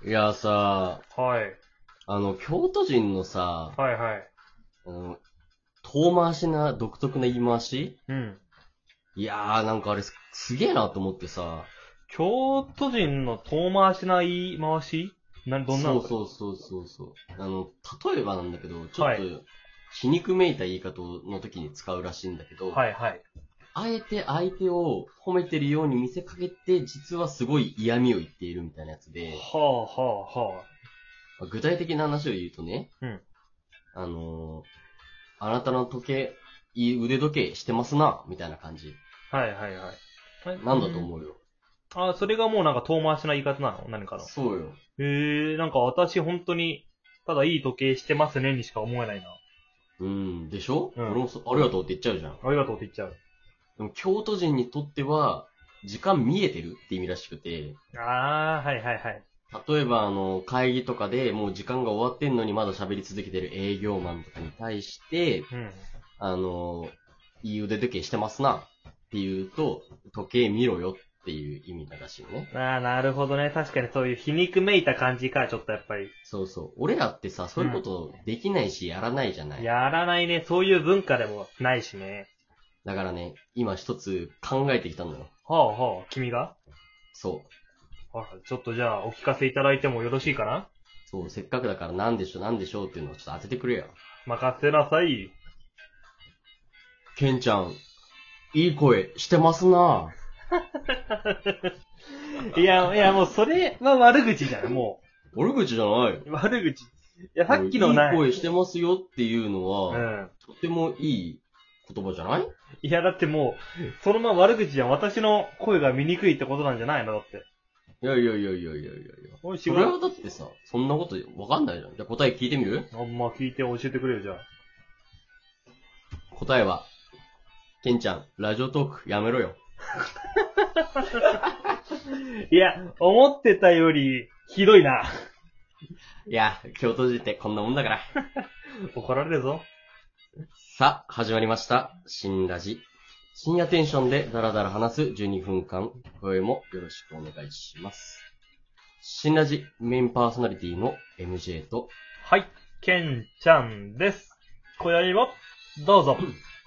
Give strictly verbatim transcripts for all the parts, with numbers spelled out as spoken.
いやさ、 はい。 あの、京都人のさ、 はいはい。 あの、遠回しな独特な言い回しうん。 いやー、なんかあれす、すげえなと思ってさ、 京都人の遠回しな言い回しな、どんなそうのそれ。 そうそうそうそう。あの、例えばなんだけど、ちょっと、 はい。 皮肉めいた言い方の時に使うらしいんだけど、 はいはい。 あえて相手を褒めてるように見せかけて、実はすごい嫌味を言っているみたいなやつで、 はあはあはまあ具体的な話を言うとね、 あ。うん。 あのー、あなたの時計、いい腕時計してますな、みたいな感じ。 はいはいはい。えなんだとうん思うよ。 あ、それがもうなんか遠回しな言い方なの何かの。 そうよ。 へえ、なんか私本当に、ただいい時計してますねにしか思えないな。 うん、でしょ、 うん。 俺もそ、ありがとうって言っちゃうじゃん。 ありがとうって言っちゃう。 でも京都人にとっては、時間見えてるって意味らしくて、 あー、はいはいはい。 例えばあの、会議とかでもう時間が終わってんのにまだ喋り続けてる営業マンとかに対して、 うん。 あの、いい腕時計してますなって言うと、時計見ろよっていう意味だらしいよね。 あー、なるほどね。確かにそういう皮肉めいた感じか、ちょっとやっぱり。 そうそう。俺らってさ、そういうことできないしやらないじゃない。 やらないね。そういう文化でもないしね。 だからね、今一つ考えてきたのよ。 はあはあ、君がそう。 あちょっとじゃあお聞かせいただいてもよろしいかな。 そう、せっかくだからなんでしょうなんでしょうっていうのをちょっと当ててくれよ。 任せなさい。 ケンちゃん、いい声してますないや、いやもうそれは悪口じゃん、も悪口じゃない。 う。悪口。いや、さっきのいいない。 声してますよっていうのうは、 ん。 とてもいい言葉じゃない？ いや、だってもう、そのまま悪口じゃん。私の声が見にくいってことなんじゃないのだって。 いやいやいやいやいやいやいや。 おい、 それはだってさ、そんなことわかんないじゃん。じゃあ答え聞いてみる？ あんま聞いて教えてくれよ、じゃあ。 答えは、ケンちゃん、ラジオトークやめろよ。 いや、思ってたより、ひどいな。 いや、京都人ってこんなもんだから。 怒られるぞ。 さあ、始まりました。新ラジ。深夜テンションでダラダラ話すじゅうにふんかん、声もよろしくお願いします。新ラジメインパーソナリティの エムジェー と、 はい、ケンちゃんです。今宵も、どうぞ。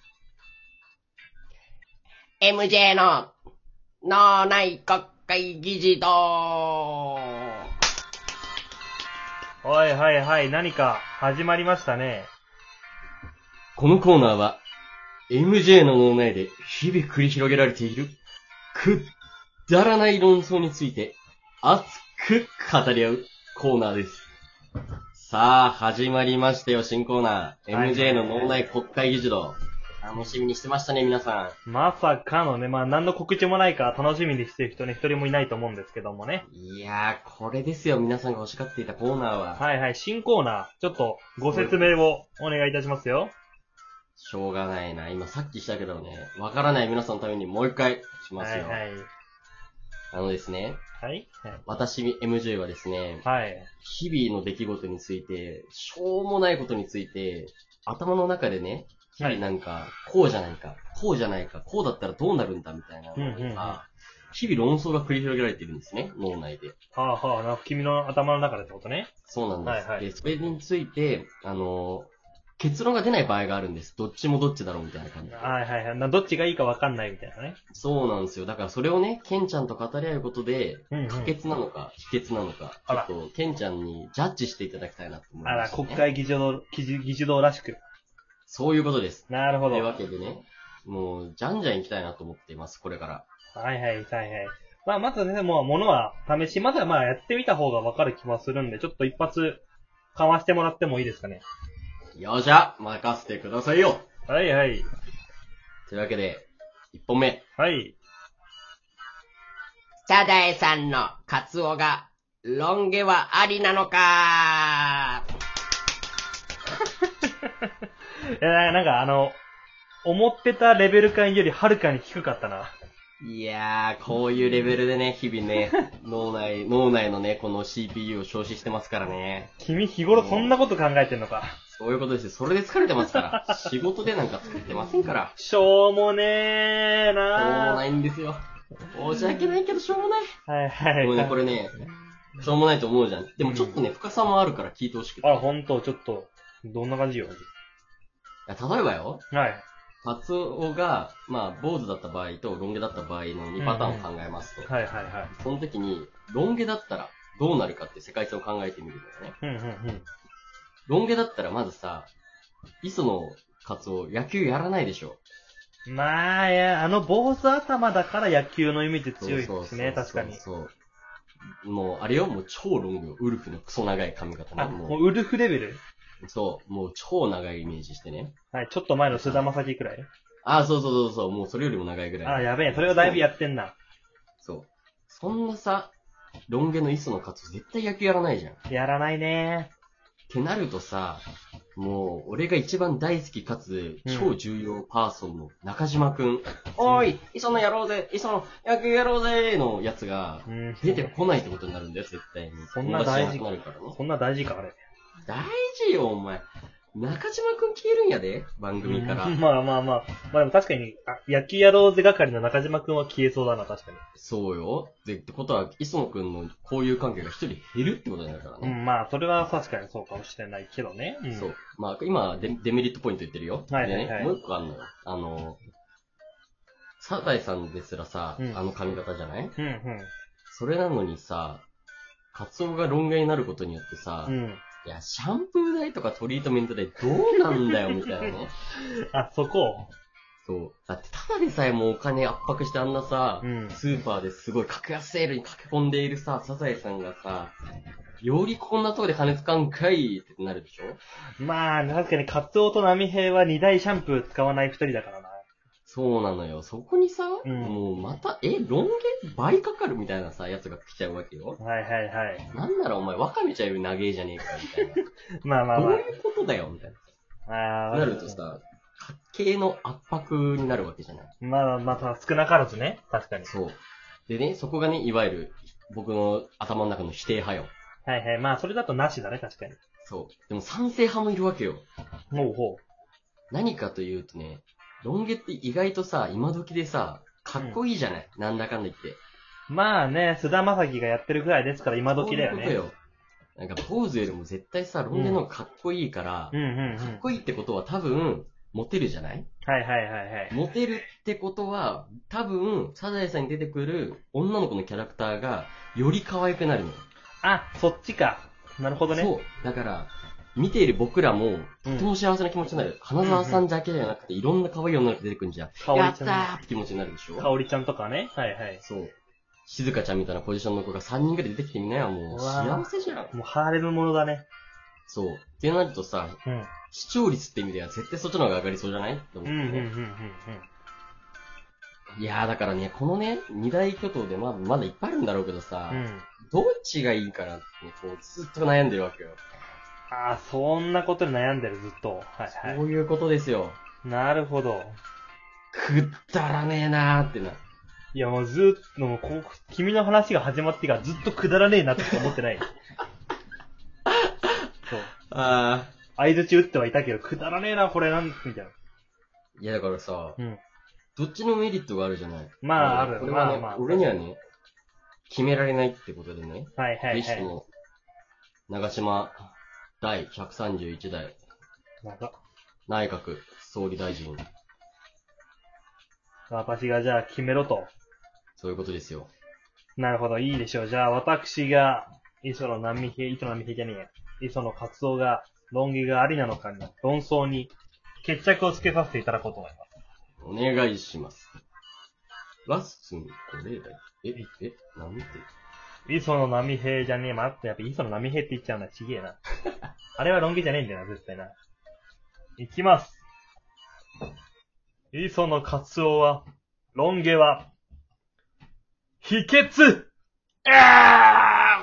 エムジェー の脳内国会議事堂。 はいはいはい、何か始まりましたね。 このコーナーは エムジェー の脳内で日々繰り広げられているくだらない論争について熱く語り合うコーナーです。さあ、始まりましたよ、新コーナー。エムジェー の脳内国会議事堂。楽しみにしてましたね、皆さん。まさかのね、まあ何の告知もないから楽しみにしてる人ね、一人もいないと思うんですけどもね。 いやー、これですよ、皆さんが欲しがっていたコーナーは。 はいはい、新コーナー、ちょっとご説明をお願いいたしますよ。 しょうがないな。今さっきしたけどね、わからない皆さんのためにもう一回しますよ。 はいはい。 あのですね。 はい、はい、 私、エムジェー はですね、 はい。 日々の出来事について、しょうもないことについて、頭の中でね、日々なんか、こうじゃないか、こうじゃないか、こうだったらどうなるんだみたいなのが、 うんうんうん、 日々論争が繰り広げられているんですね、脳内で。 はあはあ、なんか君の頭の中でってことね。 そうなんです。 はいはい、 で、それについて、あの、結論が出ない場合があるんです。どっちもどっちだろうみたいな感じで。 はいはいはい。などっちがいいか分かんないみたいなね。 そうなんですよ。だからそれをね、ケンちゃんと語り合うことで、 うんうん、 可決なのか、否決なのか、ちょっと、ケンちゃんにジャッジしていただきたいなと思います、ね。 あら、国会議事堂、議事議事堂らしく。 そういうことです。 なるほど。 というわけでね、もう、じゃんじゃん行きたいなと思っています、これから。 はいはいはいはい。まあ、まずね、もう、ものは試し、まずはまあ、やってみた方が分かる気もするんで、ちょっと一発、かわしてもらってもいいですかね。 よっしゃ、任せてくださいよ。 はいはい。 というわけで、一本目。 はい。 サザエさんのカツオが、ロン毛はありなのかいや、なんかあの、思ってたレベル感よりはるかに低かったな。 いやー、こういうレベルでね、日々ね、脳内、脳内のね、この シーピーユー を消費してますからね。 君日頃そんなこと考えてんのか。 そういうことですよ。それで疲れてますから。仕事でなんか作ってませんから。 しょうもねーなー。 しょうもないんですよ。申し訳ないけどしょうもない。 はいはい。 もうね、これね、 しょうもないと思うじゃん。でもちょっとね、深さもあるから聞いてほしくて。 あ、ほんと、ちょっと、どんな感じよ。 いや例えばよ、 はい。 カツオが、まあ、坊主だった場合とロン毛だった場合のにパターンを考えますと、 はいはいはい。 その時に、ロン毛だったらどうなるかって世界線を考えてみるんだよね。 うんうんうん。 ロン毛だったらまずさ、磯野カツオ野球やらないでしょ。 まあ、いや、あの坊主頭だから野球のイメージ強いですね、 そうそうそう確かに。 そう。もう、あれよ、もう超ロングよ。ウルフのクソ長い髪型ね。 あ、 ももうウルフレベルう、そう、もう超長いイメージしてね。 はい、ちょっと前の菅田将暉くらい。 あ、そうそうそうそう、もうそれよりも長いぐらい。 あ、やべえ、それをだいぶやってんな。 そう。そんなさ、ロン毛の磯野カツオ絶対野球やらないじゃん。っやらないねてなるとさ、もう、俺が一番大好きかつ、超重要パーソンの中島くん。うん、おーい、磯野やろうぜ、磯野野球やろうぜのやつが、出てこないってことになるんだよ、絶対に。 そんな大事なるからね。 そんな大事か、あれ。 大事よ、お前。中島くん消えるんやで、番組から。 まあまあまあ。まあでも確かに、あ野球やろうぜ係の中島くんは消えそうだな、確かに。 そうよ。で、ってことは、磯野くんの交友関係が一人減るってことになるからね。 うん、まあ、それは確かにそうかもしれないけどね。うん、 そう。まあ、今デ、デメリットポイント言ってるよ。 はいはいはい。 でね、もう一個あるのよ。あの、サザエさんですらさ、うん、あの髪型じゃない？ うんうん。 それなのにさ、カツオがロン毛になることによってさ、うん、いや、シャンプー代とかトリートメント代どうなんだよ、みたいなね。 あ、そこそう。だって、ただでさえもうお金圧迫してあんなさ、うん、スーパーですごい格安セールに駆け込んでいるさ、サザエさんがさ、よりこんなとこで金使うんかいってなるでしょ？ まあ、確かにカツオと波平は二大シャンプー使わない二人だからな。 そうなのよ。そこにさ、うん、もうまた、え、ロン毛倍かかるみたいなさ、やつが来ちゃうわけよ。 はいはいはい。 なんならお前、ワカメちゃんより長えじゃねえか、みたいな。 まあまあまあ。 どういうことだよ、みたいな。ああ。なるとさ、家計の圧迫になるわけじゃない。 まあまあ、少なからずね。確かに。 そう。でね、そこがね、いわゆる、僕の頭の中の否定派よ。 はいはい。まあ、それだとなしだね、確かに。 そう。でも賛成派もいるわけよ。 ほうほう。 何かというとね、ロン毛って意外とさ、今時でさ、かっこいいじゃない、うん、なんだかんだ言って。 まあね、菅田将暉がやってるくらいですから今時だよね。そういうことよ。 なんかポーズよりも絶対さ、ロン毛の方がかっこいいから、うんうんうんうん、かっこいいってことは多分、モテるじゃない？ はいはいはいはい。 モテるってことは、多分、サザエさんに出てくる女の子のキャラクターが、より可愛くなるの。 あ、そっちか。なるほどね。 そう。だから、見ている僕らも、とても幸せな気持ちになる。うん、花沢さんだけじゃなくて、いろんな可愛い女の子出てくるんじゃん。かおりちゃん。やったーって気持ちになるでしょ？ かおりちゃんとかね。はいはい。 そう。静香ちゃんみたいなポジションの子がさんにんくらい出てきてみなよ、もう。幸せじゃん。 もうハーレムものだね。 そう。ってなるとさ、うん、視聴率って意味では絶対そっちの方が上がりそうじゃないって思って、ね。うんうんうんうんうん。いやーだからね、このね、二大巨頭でまだまだいっぱいあるんだろうけどさ、うん、どっちがいいかなって、こう、ずっと悩んでるわけよ。 ああ、そんなことで悩んでる、ずっと。はいはい。 そういうことですよ。 なるほど。 くったらねえなーってな。 いやもうずっと、もうこう、君の話が始まってからずっとくだらねえなって思ってない。そう。ああ。相槌打ってはいたけど、くだらねえな、これなん、みたいな。 いやだからさ、うん、どっちのメリットがあるじゃない。 まあ、ある。 これはね、まあまあ、俺にはね、決められないってことでね。 はいはいはい。 ぜひとも、長島だいひゃくさんじゅういちだい内閣総理大臣。 私がじゃあ決めろと。 そういうことですよ。 なるほど、いいでしょう。じゃあ私が、磯野波平、磯野波平じゃねえや。磯野活動が、論議がありなのかに、論争に決着をつけさせていただこうと思います。 お願いします。ラッスン、これだよ。え、え、なんて磯野波平じゃねえ、まってやっぱ磯野波平って言っちゃうな、ちげえな。あれは論議じゃねえんだよな、絶対な。いきます。磯野活動は、論議は、秘訣あ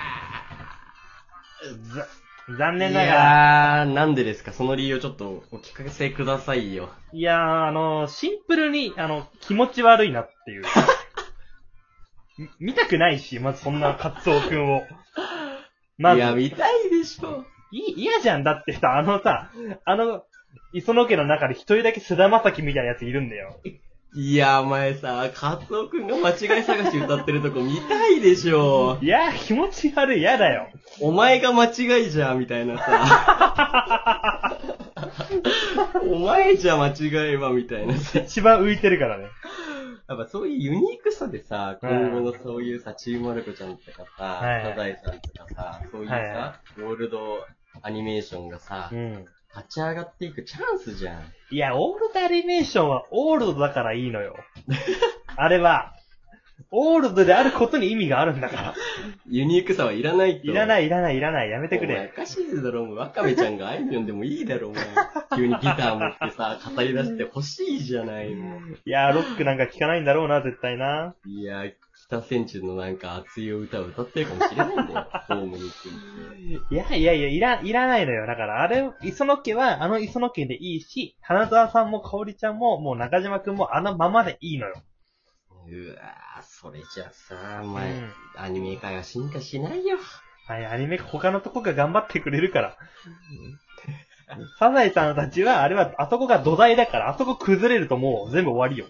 ーざ残念ながら。 いやー、なんでですか？その理由をちょっとお聞かせくださいよ。 いやー、あのー、シンプルに、あの、気持ち悪いなっていう。見たくないし、まずそんなカツオくんを。 まず。いや、見たいでしょ。 い、嫌じゃん。だってさ、あのさ、あの、磯野家の中で一人だけ菅田将暉みたいなやついるんだよ。 いや、お前さ、カツオくんが間違い探し歌ってるとこ見たいでしょ。 いや、気持ち悪い、やだよ。 お前が間違いじゃん、みたいなさ。お前じゃ間違いは、みたいなさ。 一番浮いてるからね。 やっぱそういうユニークさでさ、今後のそういうさ、チームマルコちゃんとかさ、 はいサザエさんとかさ、そういうさ、 はいはゴールドアニメーションがさ、 うん。 立ち上がっていくチャンスじゃん。 いや、オールドアニメーションはオールドだからいいのよ。あれは、オールドであることに意味があるんだから。 ユニークさはいらないと。 いらない、いらない、いらない。やめてくお前れ。 おかしいだろ、もう。ワカメちゃんがあいみょんでもいいだろ、お前。急にギター持ってさ、語り出して欲しいじゃないの。 いや、ロックなんか聞かないんだろうな、絶対な。 いや、北千住のなんか熱い歌を歌ってるかもしれないんだよ。ホームに行って。 いやいやいや、いら、いらないのよ。だから、あれ、磯野家は、あの磯野家でいいし、花沢さんも香織ちゃんも、もう中島くんもあのままでいいのよ。 うわぁ、それじゃさ、お前、 うんアニメ界は進化しないよ。 はい、アニメ他のとこが頑張ってくれるから。サザエさんたちは、あれは、あそこが土台だから、あそこ崩れるともう全部終わりよ。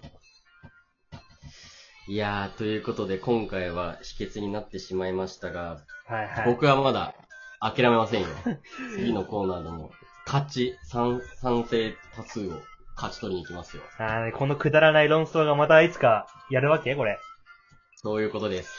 いやー、ということで今回は秘訣になってしまいましたが、 はいはい。 僕はまだ諦めませんよ。次のコーナーでも、勝ち、賛、賛成多数を勝ち取りに行きますよ。 あーこのくだらない論争がまたいつかやるわけこれ。 そういうことです。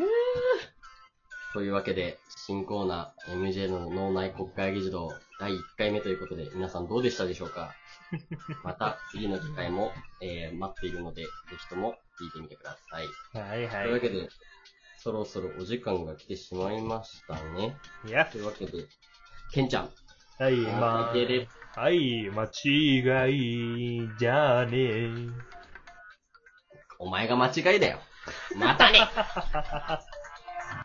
というわけで、新コーナー エムジェー の脳内国会議事堂だいいっかいめということで、皆さんどうでしたでしょうか？また次の機会も、えー、待っているので、ぜひとも聞いてみてください。 はいはい。 というわけで、そろそろお時間が来てしまいましたね。 いやというわけで、ケンちゃん。 はい、まあ。 いけるはい、間違いじゃねえ。 お前が間違いだよ。またね